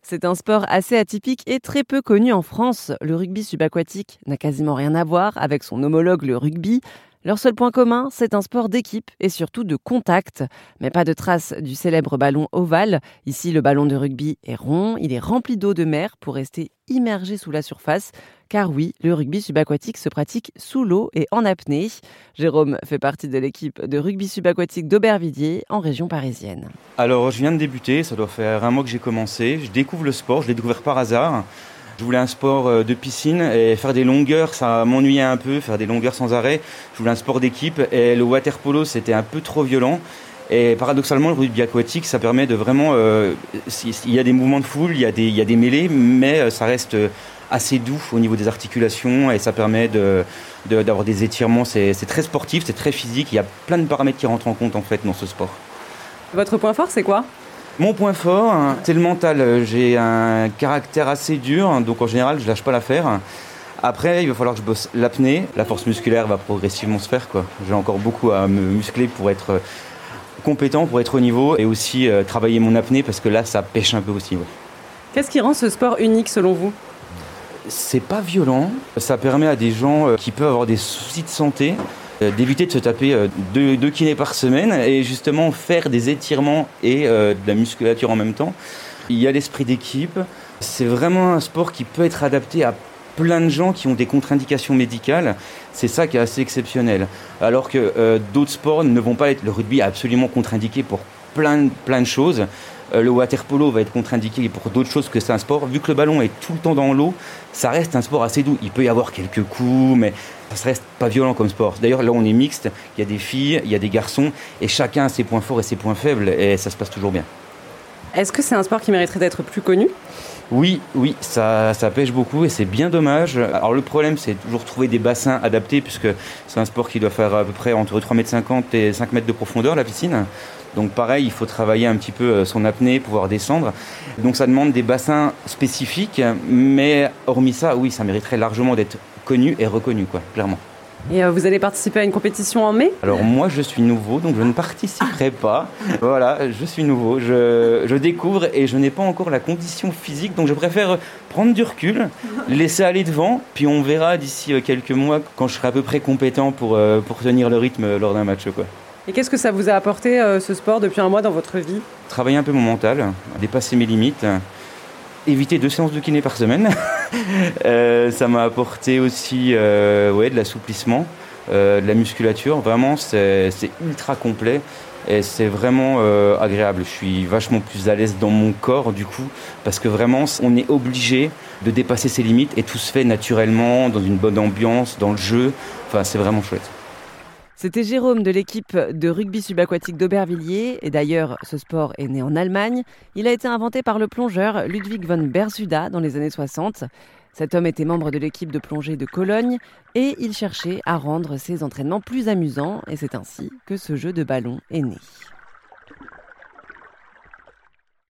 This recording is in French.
C'est un sport assez atypique et très peu connu en France. Le rugby subaquatique n'a quasiment rien à voir avec son homologue le rugby. Leur seul point commun, c'est un sport d'équipe et surtout de contact. Mais pas de trace du célèbre ballon ovale. Ici, le ballon de rugby est rond, il est rempli d'eau de mer pour rester immergé sous la surface. Car oui, le rugby subaquatique se pratique sous l'eau et en apnée. Jérôme fait partie de l'équipe de rugby subaquatique d'Aubervilliers, en région parisienne. Alors, je viens de débuter, ça doit faire un mois que j'ai commencé. Je découvre le sport, je l'ai découvert par hasard. Je voulais un sport de piscine et faire des longueurs, ça m'ennuyait un peu, faire des longueurs sans arrêt. Je voulais un sport d'équipe et le water polo, c'était un peu trop violent. Et paradoxalement, le rugby aquatique, ça permet de vraiment... il y a des mouvements de foule, il y a des mêlées, mais ça reste assez doux au niveau des articulations et ça permet d'avoir des étirements. C'est très sportif, c'est très physique. Il y a plein de paramètres qui rentrent en compte en fait dans ce sport. Votre point fort, c'est quoi ? Mon point fort, c'est le mental. J'ai un caractère assez dur, donc en général, je lâche pas l'affaire. Après, il va falloir que je bosse l'apnée. La force musculaire va progressivement se faire, quoi. J'ai encore beaucoup à me muscler pour être compétent, pour être au niveau, et aussi travailler mon apnée, parce que là, ça pêche un peu aussi. Ouais. Qu'est-ce qui rend ce sport unique selon vous ? C'est pas violent. Ça permet à des gens qui peuvent avoir des soucis de santé d'éviter de se taper deux kinés par semaine et justement faire des étirements et de la musculature en même temps. Il y a l'esprit d'équipe. C'est vraiment un sport qui peut être adapté à plein de gens qui ont des contre-indications médicales. C'est ça qui est assez exceptionnel. Alors que d'autres sports ne vont pas être... Le rugby est absolument contre-indiqué pour plein de choses. Le water polo va être contre-indiqué pour d'autres choses que c'est un sport. Vu que le ballon est tout le temps dans l'eau, ça reste un sport assez doux. Il peut y avoir quelques coups, mais ça reste pas violent comme sport. D'ailleurs, là, on est mixte. Il y a des filles, il y a des garçons, et chacun a ses points forts et ses points faibles, et ça se passe toujours bien. Est-ce que c'est un sport qui mériterait d'être plus connu ? Oui, ça pêche beaucoup et c'est bien dommage. Alors le problème, c'est toujours trouver des bassins adaptés, puisque c'est un sport qui doit faire à peu près entre 3,50 m et 5 mètres de profondeur, la piscine. Donc pareil, il faut travailler un petit peu son apnée, pouvoir descendre. Donc ça demande des bassins spécifiques, mais hormis ça, oui, ça mériterait largement d'être connu et reconnu, quoi, clairement. Et vous allez participer à une compétition en mai ? Alors moi, je suis nouveau, donc je ne participerai pas. Voilà, je suis nouveau, je découvre et je n'ai pas encore la condition physique, donc je préfère prendre du recul, laisser aller devant, puis on verra d'ici quelques mois quand je serai à peu près compétent pour tenir le rythme lors d'un match, quoi. Et qu'est-ce que ça vous a apporté, ce sport, depuis un mois dans votre vie ? Travailler un peu mon mental, dépasser mes limites, éviter 2 séances de kiné par semaine. Ça m'a apporté aussi de l'assouplissement, de la musculature. Vraiment, c'est ultra complet et c'est vraiment agréable. Je suis vachement plus à l'aise dans mon corps, du coup, parce que vraiment, on est obligé de dépasser ses limites et tout se fait naturellement, dans une bonne ambiance, dans le jeu. Enfin, c'est vraiment chouette. C'était Jérôme de l'équipe de rugby subaquatique d'Aubervilliers. Et d'ailleurs, ce sport est né en Allemagne. Il a été inventé par le plongeur Ludwig von Bersuda dans les années 60. Cet homme était membre de l'équipe de plongée de Cologne et il cherchait à rendre ses entraînements plus amusants. Et c'est ainsi que ce jeu de ballon est né.